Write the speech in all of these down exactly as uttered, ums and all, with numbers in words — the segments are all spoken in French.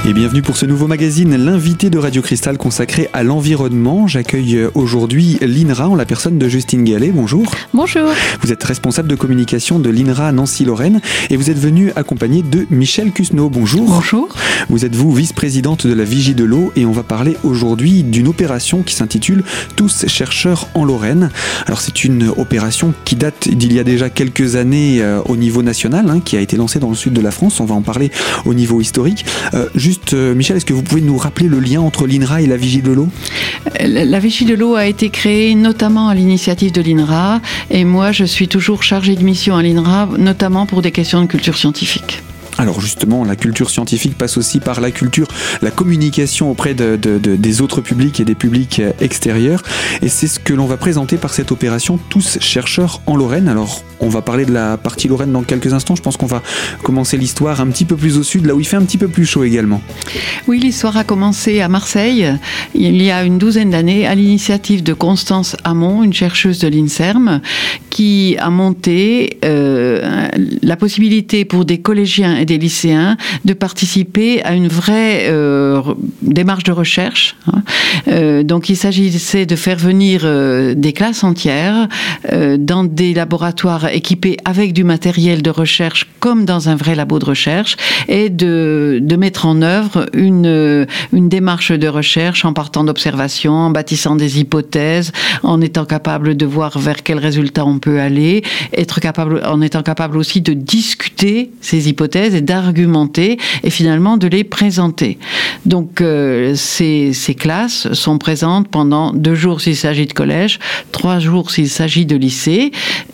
Et bienvenue pour ce nouveau magazine, l'invité de Radio Cristal consacré à l'environnement. J'accueille aujourd'hui l'INRA en la personne de Justine Gallet. Bonjour. Bonjour. Vous êtes responsable de communication de l'INRA Nancy-Lorraine et vous êtes venu accompagné de Michel Cusneau. Bonjour. Bonjour. Vous êtes vous vice-présidente de la Vigie de l'eau et on va parler aujourd'hui d'une opération qui s'intitule Tous chercheurs en Lorraine. Alors c'est une opération qui date d'il y a déjà quelques années euh, au niveau national, hein, qui a été lancée dans le sud de la France. On va en parler au niveau historique. Euh, juste, euh, Michel, est-ce que vous pouvez nous rappeler le lien entre l'INRA et la Vigie de l'eau ? La, la Vigie de l'eau a été créée notamment à l'initiative de l'INRA et moi je suis toujours chargée de mission à l'INRA, notamment pour des questions de culture scientifique. Alors justement, la culture scientifique passe aussi par la culture, la communication auprès de, de, de, des autres publics et des publics extérieurs. Et c'est ce que l'on va présenter par cette opération Tous chercheurs en Lorraine. Alors on va parler de la partie Lorraine dans quelques instants. Je pense qu'on va commencer l'histoire un petit peu plus au sud, là où il fait un petit peu plus chaud également. Oui, l'histoire a commencé à Marseille, il y a une douzaine d'années, à l'initiative de Constance Hamon, une chercheuse de l'INSERM, qui a monté euh, la possibilité pour des collégiens et des lycéens de participer à une vraie euh, démarche de recherche. Hein. Euh, donc il s'agissait de faire venir euh, des classes entières euh, dans des laboratoires équipés avec du matériel de recherche comme dans un vrai labo de recherche et de, de mettre en œuvre une, une démarche de recherche en partant d'observations, en bâtissant des hypothèses, en étant capable de voir vers quels résultats on peut aller, être capable, en étant capable aussi de discuter ces hypothèses et d'argumenter et finalement de les présenter. Donc euh, ces, ces classes sont présentes pendant deux jours s'il s'agit de collège, trois jours s'il s'agit de lycée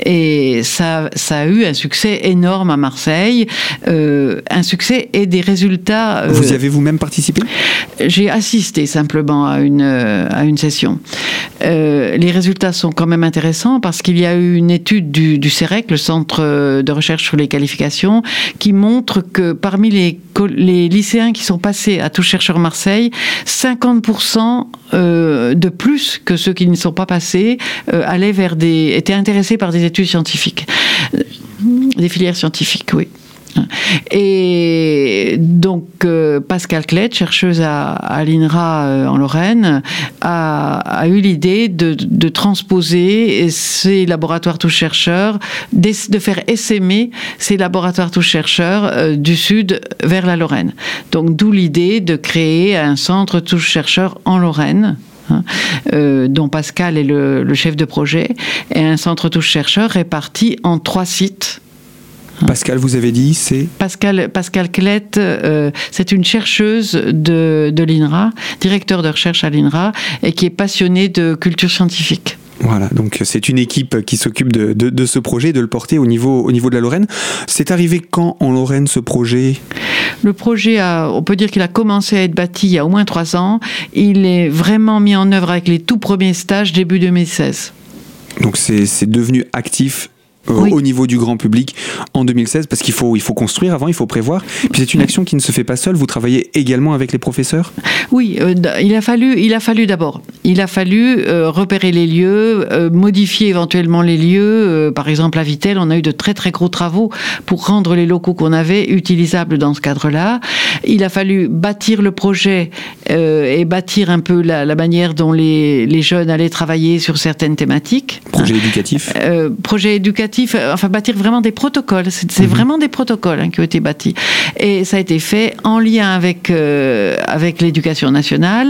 et ça, ça a eu un succès énorme à Marseille, euh, un succès et des résultats... Euh, Vous y avez vous-même participé ? J'ai assisté simplement à une, à une session. Euh, les résultats sont quand même intéressants parce qu'il y a eu une étude du, du CEREC, le Centre de recherche sur les qualifications, qui montre que parmi les, les lycéens qui sont passés à Tous chercheurs Marseille, cinquante pour cent euh, de plus que ceux qui ne sont pas passés euh, allaient vers des, étaient intéressés par des études scientifiques, des filières scientifiques, oui. Et donc euh, Pascal Klett, chercheuse à, à l'INRA euh, en Lorraine, a, a eu l'idée de, de transposer ces laboratoires Tous chercheurs, de faire essaimer ces laboratoires Tous chercheurs euh, du sud vers la Lorraine. Donc d'où l'idée de créer un centre Tous chercheurs en Lorraine. Hein, euh, dont Pascal est le, le chef de projet, et un centre Tous chercheurs réparti en trois sites. Pascal, vous avez dit, c'est... Pascal, Pascal Klett, euh, c'est une chercheuse de, de l'INRA, directeur de recherche à l'INRA, et qui est passionnée de culture scientifique. Voilà, donc c'est une équipe qui s'occupe de, de, de ce projet, de le porter au niveau, au niveau de la Lorraine. C'est arrivé quand en Lorraine ce projet ? Le projet, a, on peut dire qu'il a commencé à être bâti il y a au moins trois ans. Il est vraiment mis en œuvre avec les tout premiers stages début deux mille seize. Donc c'est, c'est devenu actif Euh, oui. au niveau du grand public en deux mille seize, parce qu'il faut, il faut construire avant, il faut prévoir. Puis c'est une action qui ne se fait pas seule. Vous travaillez également avec les professeurs ? Oui, euh, il a fallu, il a fallu d'abord, il a fallu euh, repérer les lieux, euh, modifier éventuellement les lieux. Euh, par exemple, à Vittel, on a eu de très très gros travaux pour rendre les locaux qu'on avait utilisables dans ce cadre-là. Il a fallu bâtir le projet euh, et bâtir un peu la, la manière dont les, les jeunes allaient travailler sur certaines thématiques. Projet hein. éducatif. Euh, projet éducatif. Enfin, bâtir vraiment des protocoles. C'est, c'est mmh. vraiment des protocoles hein, qui ont été bâtis. Et ça a été fait en lien avec, euh, avec l'éducation nationale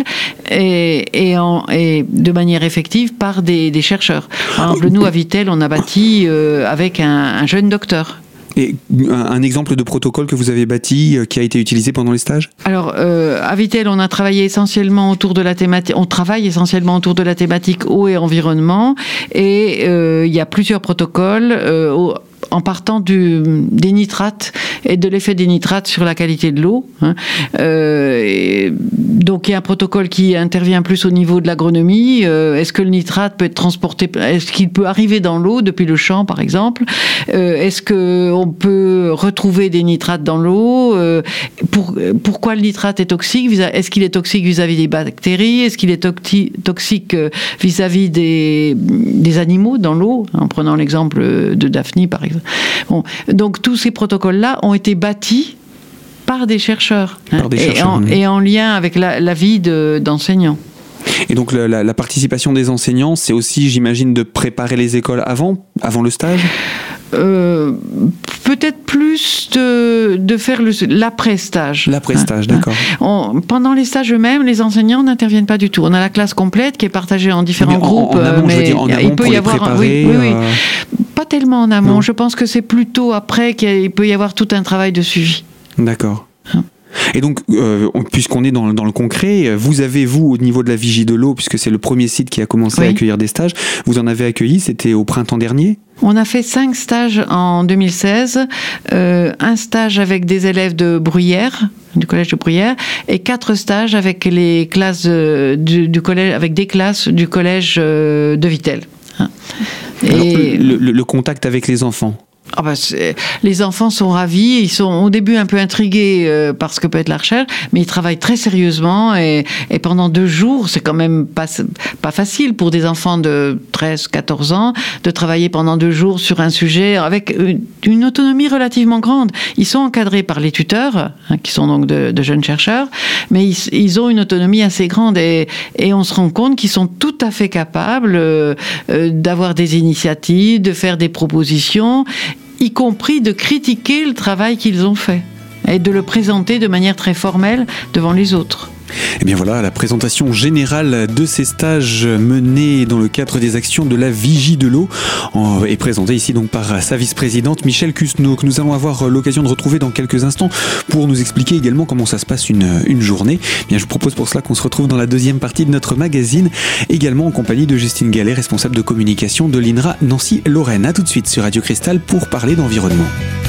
et, et, en, et de manière effective par des, des chercheurs. Par exemple, nous, à Vittel, on a bâti euh, avec un, un jeune docteur. Et un exemple de protocole que vous avez bâti, qui a été utilisé pendant les stages ? Alors, euh, à Vittel, on a travaillé essentiellement autour de la thématique, on travaille essentiellement autour de la thématique eau et environnement, et euh, il y a plusieurs protocoles euh, au, en partant du, des nitrates et de l'effet des nitrates sur la qualité de l'eau. Hein. Euh, et donc il y a un protocole qui intervient plus au niveau de l'agronomie. Euh, est-ce que le nitrate peut être transporté, est-ce qu'il peut arriver dans l'eau depuis le champ par exemple ? euh, Est-ce qu'on peut retrouver des nitrates dans l'eau ? euh, pour, Pourquoi le nitrate est toxique ? Est-ce qu'il est toxique vis-à-vis des bactéries ? Est-ce qu'il est toxi- toxique vis-à-vis des, des animaux dans l'eau ? En prenant l'exemple de Daphne par exemple. Bon, donc tous ces protocoles-là ont été bâtis par des chercheurs, par hein, des et, chercheurs en, et en lien avec la, la vie de, d'enseignants. Et donc la, la, la participation des enseignants, c'est aussi, j'imagine, de préparer les écoles avant, avant le stage ? Euh, peut-être plus de, de faire le, l'après-stage. L'après-stage, hein, d'accord. On, pendant les stages eux-mêmes, les enseignants n'interviennent pas du tout. On a la classe complète qui est partagée en différents en, groupes. En amont, mais je veux dire, en amont il peut pour y les avoir, préparer, oui, oui, oui. Euh... Pas tellement en amont. Non. Je pense que c'est plutôt après qu'il peut y avoir tout un travail de suivi. D'accord. Hein. Et donc, euh, puisqu'on est dans, dans le concret, vous avez, vous, au niveau de la Vigie de l'eau, puisque c'est le premier site qui a commencé oui. à accueillir des stages, vous en avez accueilli, c'était au printemps dernier ? On a fait cinq stages en deux mille seize, euh, un stage avec des élèves de Bruyères, du collège de Bruyères, et quatre stages avec les classes euh, du, du collège, avec des classes du collège euh, de Vittel. Hein. Et alors, le, le, le contact avec les enfants ? Ah bah les enfants sont ravis, ils sont au début un peu intrigués euh, par ce que peut être la recherche, mais ils travaillent très sérieusement et, et pendant deux jours, c'est quand même pas, pas facile pour des enfants de treize quatorze ans de travailler pendant deux jours sur un sujet avec une, une autonomie relativement grande. Ils sont encadrés par les tuteurs, hein, qui sont donc de, de jeunes chercheurs, mais ils, ils ont une autonomie assez grande et, et on se rend compte qu'ils sont tout à fait capables euh, euh, d'avoir des initiatives, de faire des propositions, y compris de critiquer le travail qu'ils ont fait et de le présenter de manière très formelle devant les autres. Et bien voilà, la présentation générale de ces stages menés dans le cadre des actions de la Vigie de l'eau est présentée ici donc par sa vice-présidente Michèle Cusneau, que nous allons avoir l'occasion de retrouver dans quelques instants pour nous expliquer également comment ça se passe une, une journée. Bien, je vous propose pour cela qu'on se retrouve dans la deuxième partie de notre magazine, également en compagnie de Justine Gallet, responsable de communication de l'I N R A Nancy-Lorraine. A tout de suite sur Radio Cristal pour parler d'environnement.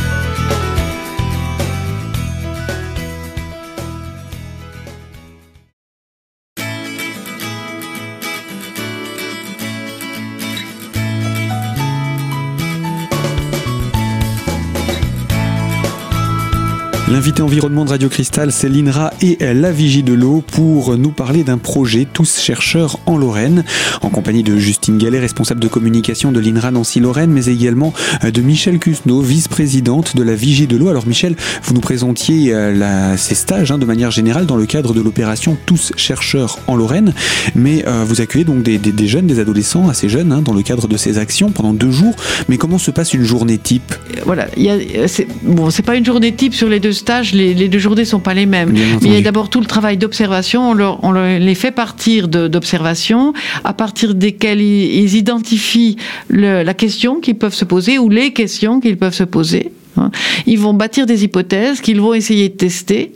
L'invité environnement de Radio Cristal, c'est l'I N R A et la Vigie de l'eau pour nous parler d'un projet Tous chercheurs en Lorraine, en compagnie de Justine Gallet, responsable de communication de l'I N R A Nancy-Lorraine, mais également de Michèle Cusneau, vice-présidente de la Vigie de l'eau. Alors Michèle, vous nous présentiez la, ces stages hein, de manière générale dans le cadre de l'opération Tous chercheurs en Lorraine, mais euh, vous accueillez donc des, des, des jeunes, des adolescents assez jeunes hein, dans le cadre de ces actions pendant deux jours. Mais comment se passe une journée type ? Voilà, il y a, c'est, bon, c'est pas une journée type sur les deux stages, les, les deux journées sont pas les mêmes. Mais il y a d'abord tout le travail d'observation, on, leur, on leur, les fait partir de, d'observation, à partir desquelles ils, ils identifient le, la question qu'ils peuvent se poser ou les questions qu'ils peuvent se poser. Ils vont bâtir des hypothèses qu'ils vont essayer de tester.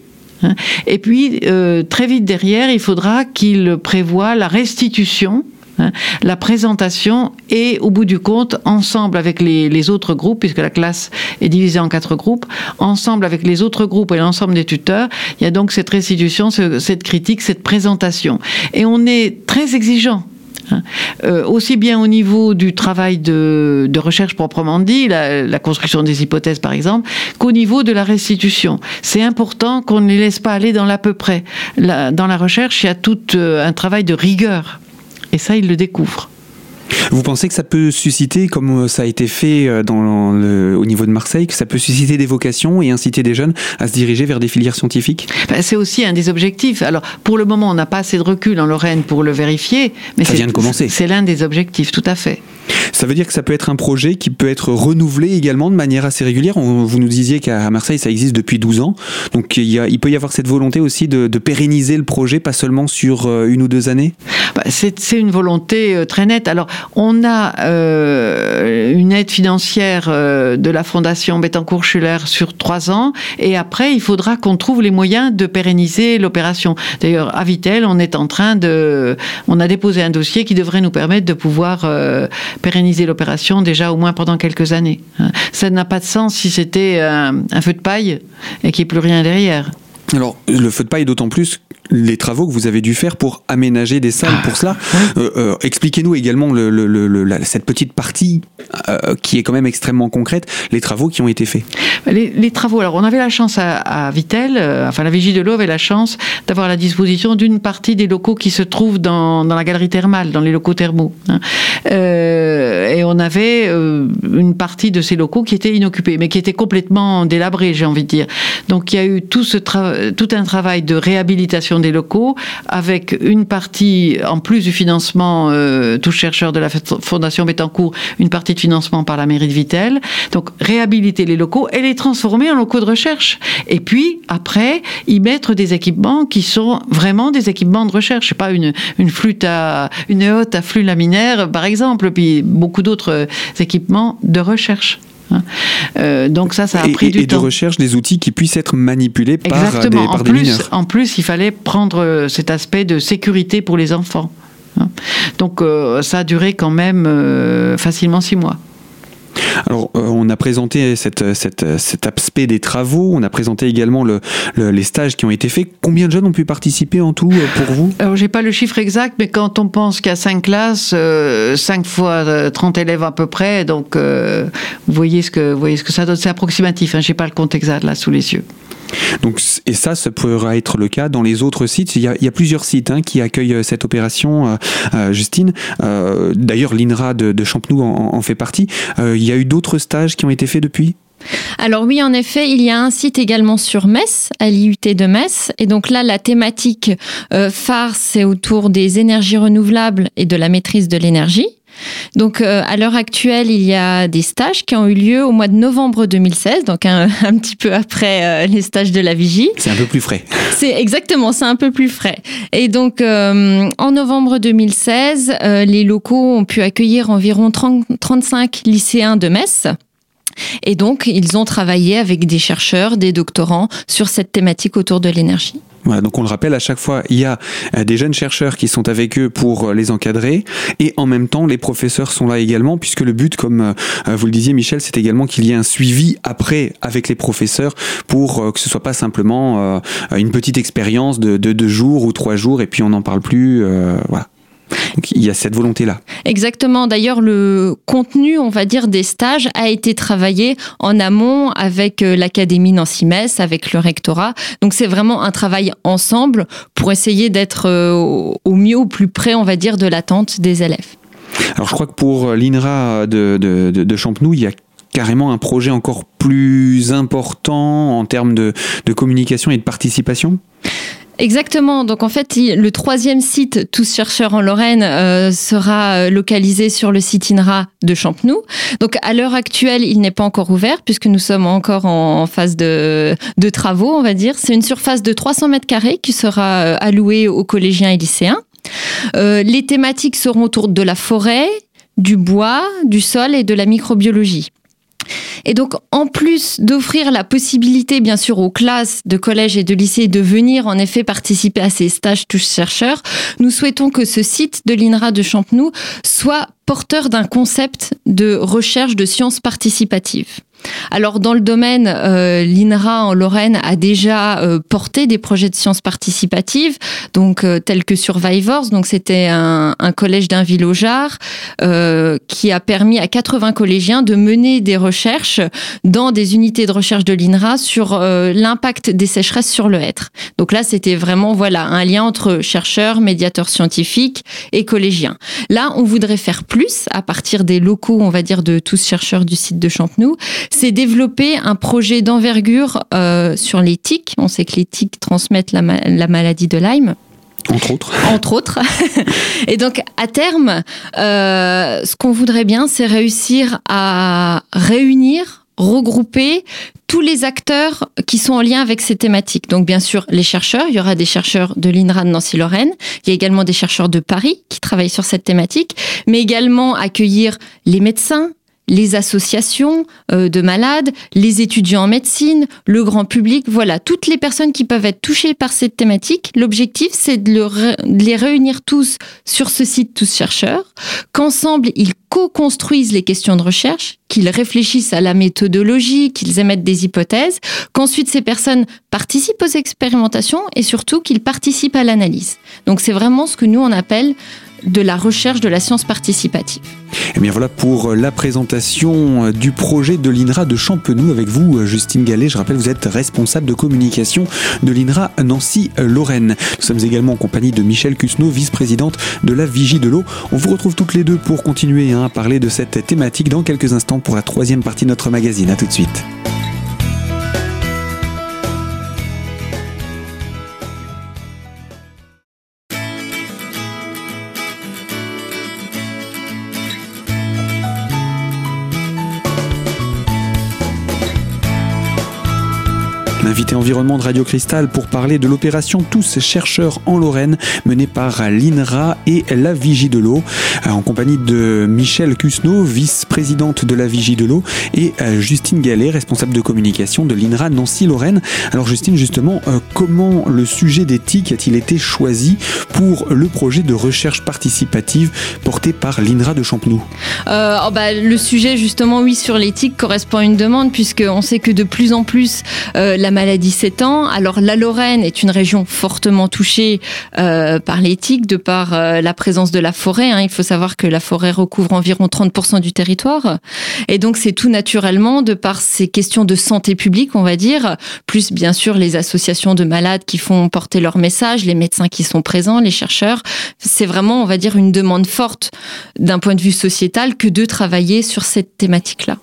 Et puis, euh, très vite derrière, il faudra qu'ils prévoient la restitution, la présentation et au bout du compte, ensemble avec les, les autres groupes, puisque la classe est divisée en quatre groupes, ensemble avec les autres groupes et l'ensemble des tuteurs, il y a donc cette restitution, cette critique, cette présentation. Et on est très exigeant. Euh, aussi bien au niveau du travail de, de recherche proprement dit, la, la construction des hypothèses par exemple, qu'au niveau de la restitution. C'est important qu'on ne les laisse pas aller dans l'à peu près. La, dans la recherche, il y a tout euh, un travail de rigueur. Et ça, ils le découvrent. Vous pensez que ça peut susciter, comme ça a été fait dans le, au niveau de Marseille, que ça peut susciter des vocations et inciter des jeunes à se diriger vers des filières scientifiques ? Ben, c'est aussi un des objectifs. Alors, pour le moment, on n'a pas assez de recul en Lorraine pour le vérifier, mais ça c'est, vient de commencer. C'est l'un des objectifs, tout à fait. Ça veut dire que ça peut être un projet qui peut être renouvelé également de manière assez régulière. On, vous nous disiez qu'à Marseille, ça existe depuis douze ans. Donc, il, y a, il peut y avoir cette volonté aussi de, de pérenniser le projet, pas seulement sur une ou deux années ? Ben, c'est, c'est une volonté très nette. Alors, on a euh, une aide financière euh, de la Fondation Bettencourt-Schuller sur trois ans. Et après, il faudra qu'on trouve les moyens de pérenniser l'opération. D'ailleurs, à Vittel, on est en train de... On a déposé un dossier qui devrait nous permettre de pouvoir... Euh, pérenniser l'opération déjà au moins pendant quelques années. Ça n'a pas de sens si c'était un, un feu de paille et qu'il n'y ait plus rien derrière. Alors, le feu de paille, d'autant plus les travaux que vous avez dû faire pour aménager des salles pour cela. Euh, euh, expliquez-nous également le, le, le, la, cette petite partie euh, qui est quand même extrêmement concrète, les travaux qui ont été faits. Les, les travaux, alors on avait la chance à, à Vittel, euh, enfin la Vigie de l'eau avait la chance d'avoir à la disposition d'une partie des locaux qui se trouvent dans, dans la galerie thermale, dans les locaux thermaux. Hein. Euh, et on avait euh, une partie de ces locaux qui était inoccupée, mais qui était complètement délabrée, j'ai envie de dire. Donc il y a eu tout, ce tra- tout un travail de réhabilitation des locaux, avec une partie, en plus du financement euh, tous chercheurs de la Fondation Bettencourt, une partie de financement par la mairie de Vittel. Donc réhabiliter les locaux et les transformer en locaux de recherche. Et puis après, y mettre des équipements qui sont vraiment des équipements de recherche. Pas une, une flûte à, une hotte à flux laminaire, par exemple, puis beaucoup d'autres équipements de recherche. Euh, donc ça, ça a et, pris et, du et temps. Et de recherche des outils qui puissent être manipulés par Exactement. des, par en des plus, mineurs. En plus, il fallait prendre cet aspect de sécurité pour les enfants. Donc euh, ça a duré quand même euh, facilement six mois. Alors, euh, on a présenté cette, cette, cet aspect des travaux, on a présenté également le, le, les stages qui ont été faits. Combien de jeunes ont pu participer en tout euh, pour vous ? Alors, j'ai pas le chiffre exact, mais quand on pense qu'il y a cinq classes, euh, cinq fois trente élèves à peu près, donc euh, vous, voyez ce que, vous voyez ce que ça donne. C'est approximatif, hein, j'ai pas le compte exact là sous les yeux. Donc, et ça, ça pourra être le cas dans les autres sites. Il y a, il y a plusieurs sites hein, qui accueillent cette opération, euh, euh, Justine. Euh, d'ailleurs, l'I N R A de, de Champenoux en, en fait partie. Euh, il y a eu d'autres stages qui ont été faits depuis ? Alors oui, en effet, il y a un site également sur Metz, à l'I U T de Metz. Et donc là, la thématique euh, phare, c'est autour des énergies renouvelables et de la maîtrise de l'énergie. Donc, euh, à l'heure actuelle, il y a des stages qui ont eu lieu au mois de novembre deux mille seize, donc un, un petit peu après euh, les stages de la Vigie. C'est un peu plus frais. C'est exactement, c'est un peu plus frais. Et donc, euh, en novembre deux mille seize, euh, les locaux ont pu accueillir environ trente, trente-cinq lycéens de Metz. Et donc, ils ont travaillé avec des chercheurs, des doctorants sur cette thématique autour de l'énergie. Voilà, donc on le rappelle, à chaque fois, il y a des jeunes chercheurs qui sont avec eux pour les encadrer et en même temps, les professeurs sont là également puisque le but, comme vous le disiez Michel, c'est également qu'il y ait un suivi après avec les professeurs pour que ce soit pas simplement une petite expérience de deux de jours ou trois jours et puis on n'en parle plus, euh, voilà. Donc, il y a cette volonté-là. Exactement. D'ailleurs, le contenu, on va dire, des stages a été travaillé en amont avec l'Académie Nancy-Metz, avec le rectorat. Donc, c'est vraiment un travail ensemble pour essayer d'être au mieux, au plus près, on va dire, de l'attente des élèves. Alors, je crois que pour l'I N R A de, de, de, de Champenoux, il y a carrément un projet encore plus important en termes de, de communication et de participation ? Exactement. Donc en fait, le troisième site Tous chercheurs en Lorraine euh, sera localisé sur le site I N R A de Champenoux. Donc à l'heure actuelle, il n'est pas encore ouvert puisque nous sommes encore en phase de, de travaux, on va dire. C'est une surface de trois cents mètres carrés qui sera allouée aux collégiens et lycéens. Euh, les thématiques seront autour de la forêt, du bois, du sol et de la microbiologie. Et donc, en plus d'offrir la possibilité, bien sûr, aux classes de collège et de lycée de venir, en effet, participer à ces stages Tous chercheurs, nous souhaitons que ce site de l'I N R A de Champenoux soit porteur d'un concept de recherche de sciences participatives. Alors, dans le domaine, euh, l'I N R A en Lorraine a déjà euh, porté des projets de sciences participatives, donc euh, tels que Survivors. Donc, c'était un, un collège d'Ain-Villaujar euh, qui a permis à quatre-vingts collégiens de mener des recherches dans des unités de recherche de l'I N R A sur euh, l'impact des sécheresses sur le hêtre. Donc là, c'était vraiment voilà un lien entre chercheurs, médiateurs scientifiques et collégiens. Là, on voudrait faire plus à partir des locaux, on va dire, de Tous chercheurs du site de Champenoux. C'est développer un projet d'envergure euh, sur les tiques. On sait que les tiques transmettent la, ma- la maladie de Lyme. Entre autres. Entre autres. Et donc, à terme, euh, ce qu'on voudrait bien, c'est réussir à réunir, regrouper tous les acteurs qui sont en lien avec ces thématiques. Donc, bien sûr, les chercheurs. Il y aura des chercheurs de l'I N R A de Nancy-Lorraine. Il y a également des chercheurs de Paris qui travaillent sur cette thématique. Mais également accueillir les médecins, les associations euh, de malades, les étudiants en médecine, le grand public, voilà, toutes les personnes qui peuvent être touchées par cette thématique. L'objectif, c'est de, le, de les réunir tous sur ce site Tous chercheurs, qu'ensemble, ils co-construisent les questions de recherche, qu'ils réfléchissent à la méthodologie, qu'ils émettent des hypothèses, qu'ensuite ces personnes participent aux expérimentations et surtout qu'ils participent à l'analyse. Donc c'est vraiment ce que nous on appelle de la recherche de la science participative. Et bien voilà pour la présentation du projet de l'INRA de Champenoux. Avec vous, Justine Gallet, je rappelle, vous êtes responsable de communication de l'INRA Nancy-Lorraine. Nous sommes également en compagnie de Michèle Cusneau, vice-présidente de la Vigie de l'eau. On vous retrouve toutes les deux pour continuer hein, à parler de cette thématique dans quelques instants pour la troisième partie de notre magazine. À tout de suite. Invité environnement de Radio Cristal pour parler de l'opération Tous chercheurs en Lorraine menée par l'INRA et la Vigie de l'eau en compagnie de Michèle Cusneau, vice-présidente de la Vigie de l'eau et Justine Gallet, responsable de communication de l'INRA Nancy-Lorraine. Alors Justine, justement, euh, comment le sujet d'éthique a-t-il été choisi pour le projet de recherche participative porté par l'INRA de Champenoux ? euh, oh bah, Le sujet justement, oui, sur l'éthique correspond à une demande puisqu'on sait que de plus en plus euh, la maladie s'étend. Alors la Lorraine est une région fortement touchée euh, par l'éthique de par euh, la présence de la forêt. Hein. Il faut savoir que la forêt recouvre environ trente pour cent du territoire. Et donc c'est tout naturellement de par ces questions de santé publique, on va dire, plus bien sûr les associations de malades qui font porter leur message, les médecins qui sont présents, les chercheurs. C'est vraiment, on va dire, une demande forte d'un point de vue sociétal que de travailler sur cette thématique-là.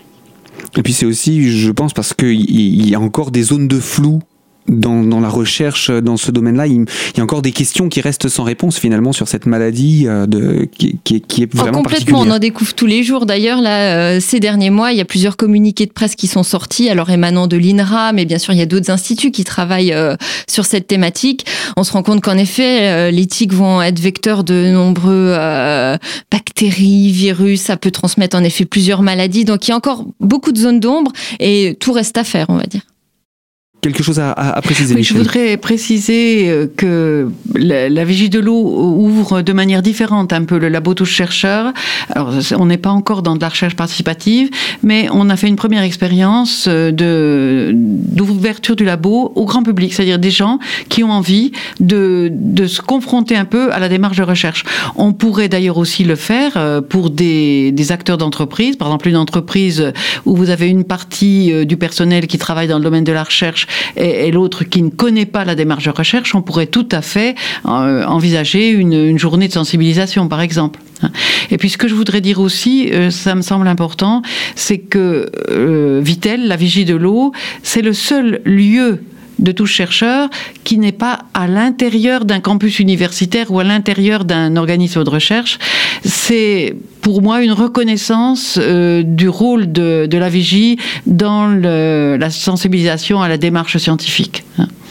Et puis c'est aussi, je pense, parce qu'il y a encore des zones de flou dans, dans la recherche dans ce domaine-là. Il y a encore des questions qui restent sans réponse finalement sur cette maladie euh, de, qui, qui, qui est vraiment oh, complètement, particulière. On en découvre tous les jours. D'ailleurs, là, euh, ces derniers mois, il y a plusieurs communiqués de presse qui sont sortis, alors émanant de l'INRA, mais bien sûr, il y a d'autres instituts qui travaillent euh, sur cette thématique. On se rend compte qu'en effet, euh, les tiques vont être vecteurs de nombreux euh, bactéries, virus. Ça peut transmettre en effet plusieurs maladies. Donc, il y a encore beaucoup de zones d'ombre et tout reste à faire, on va dire. Quelque chose à, à, à préciser, oui, Michèle. Je voudrais préciser que la, la Vigie de l'eau ouvre de manière différente un peu le labo Tous chercheurs. Alors, on n'est pas encore dans de la recherche participative, mais on a fait une première expérience de, d'ouverture du labo au grand public, c'est-à-dire des gens qui ont envie de, de se confronter un peu à la démarche de recherche. On pourrait d'ailleurs aussi le faire pour des, des acteurs d'entreprise, par exemple une entreprise où vous avez une partie du personnel qui travaille dans le domaine de la recherche et, et l'autre qui ne connaît pas la démarche de recherche, on pourrait tout à fait euh, envisager une, une journée de sensibilisation, par exemple. Et puis ce que je voudrais dire aussi, euh, ça me semble important, c'est que euh, Vitel, la Vigie de l'eau, c'est le seul lieu de Tous chercheurs qui n'est pas à l'intérieur d'un campus universitaire ou à l'intérieur d'un organisme de recherche. C'est pour moi une reconnaissance euh, du rôle de, de la Vigie dans le, la sensibilisation à la démarche scientifique.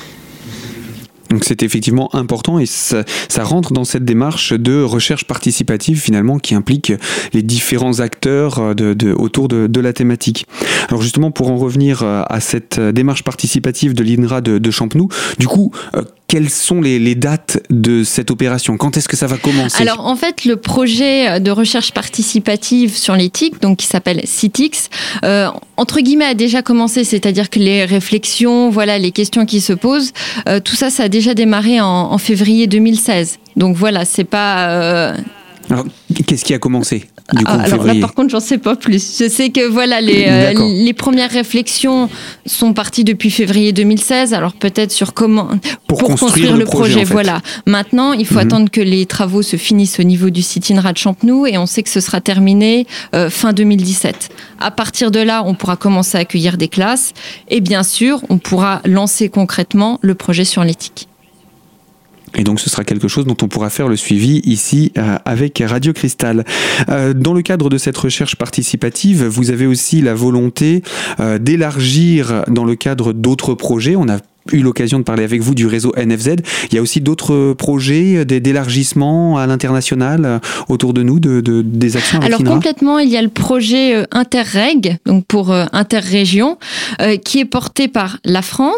Donc c'est effectivement important et ça, ça rentre dans cette démarche de recherche participative finalement qui implique les différents acteurs de, de, autour de, de la thématique. Alors justement pour en revenir à cette démarche participative de l'INRA de, de Champenoux, du coup euh, quelles sont les, les dates de cette opération ? Quand est-ce que ça va commencer ? Alors en fait le projet de recherche participative sur l'éthique, donc qui s'appelle CITIX, euh, entre guillemets a déjà commencé, c'est-à-dire que les réflexions, voilà, les questions qui se posent, euh, tout ça ça a déjà démarré en, en février deux mille seize. Donc voilà, c'est pas... Euh... Alors, qu'est-ce qui a commencé du coup, ah, en alors février ? là, par contre, j'en sais pas plus. Je sais que voilà, les, euh, les premières réflexions sont parties depuis février deux mille seize. Alors peut-être sur comment pour, pour construire, construire le projet. projet en fait. Voilà. Maintenant, il faut mm-hmm. attendre que les travaux se finissent au niveau du site INRA de Champenoux et on sait que ce sera terminé euh, fin deux mille dix-sept. À partir de là, on pourra commencer à accueillir des classes et bien sûr, on pourra lancer concrètement le projet sur l'éthique. Et donc ce sera quelque chose dont on pourra faire le suivi ici euh, avec Radio Cristal. Euh, dans le cadre de cette recherche participative, vous avez aussi la volonté euh, d'élargir dans le cadre d'autres projets. On a eu l'occasion de parler avec vous du réseau N F Z. Il y a aussi d'autres projets d'élargissement à l'international autour de nous, de, de, des actions avec Alors l'INRA. Complètement, il y a le projet Interreg, donc pour Interrégion, euh, qui est porté par la France,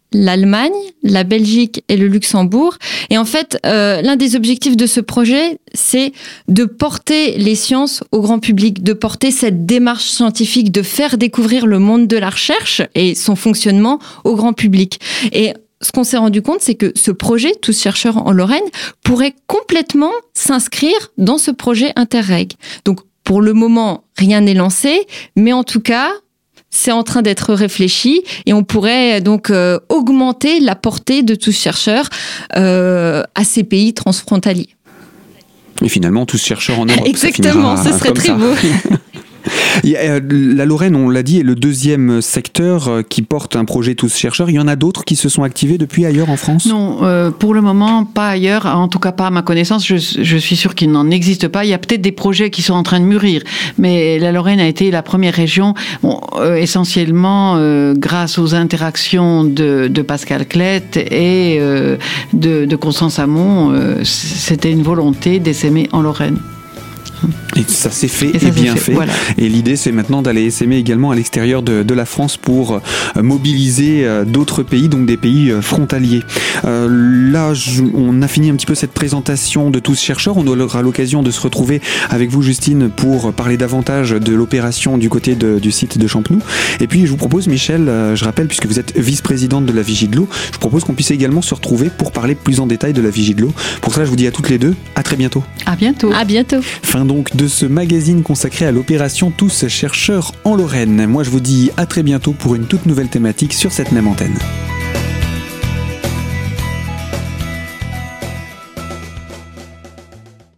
l'Allemagne, la Belgique et le Luxembourg. Et en fait, euh, l'un des objectifs de ce projet, c'est de porter les sciences au grand public, de porter cette démarche scientifique, de faire découvrir le monde de la recherche et son fonctionnement au grand public. Et ce qu'on s'est rendu compte, c'est que ce projet, Tous chercheurs en Lorraine, pourrait complètement s'inscrire dans ce projet Interreg. Donc, pour le moment, rien n'est lancé, mais en tout cas, c'est en train d'être réfléchi et on pourrait donc euh, augmenter la portée de Tous chercheurs euh, à ces pays transfrontaliers. Et finalement, Tous chercheurs en Europe. Exactement, ce serait très ça. beau. La Lorraine, on l'a dit, est le deuxième secteur qui porte un projet Tous chercheurs. Il y en a d'autres qui se sont activés depuis ailleurs en France ? Non, euh, pour le moment, pas ailleurs. En tout cas, pas à ma connaissance. Je, je suis sûre qu'il n'en existe pas. Il y a peut-être des projets qui sont en train de mûrir. Mais la Lorraine a été la première région, bon, euh, essentiellement euh, grâce aux interactions de, de Pascal Klett et euh, de, de Constance Hamon. Euh, c'était une volonté d'essaimer en Lorraine. Et ça s'est fait et, et, bien fait. fait. Voilà. Et l'idée, c'est maintenant d'aller essaimer également à l'extérieur de, de la France pour mobiliser d'autres pays, donc des pays frontaliers. Euh, là, je, on a fini un petit peu cette présentation de Tous chercheurs. On aura l'occasion de se retrouver avec vous, Justine, pour parler davantage de l'opération du côté de, du site de Champenoux. Et puis, je vous propose, Michel, je rappelle, puisque vous êtes vice-présidente de la Vigie de l'eau, je propose qu'on puisse également se retrouver pour parler plus en détail de la Vigie de l'eau. Pour cela, je vous dis à toutes les deux, à très bientôt. À bientôt. À bientôt. Fin donc de ce magazine consacré à l'opération Tous chercheurs en Lorraine. Moi, je vous dis à très bientôt pour une toute nouvelle thématique sur cette même antenne.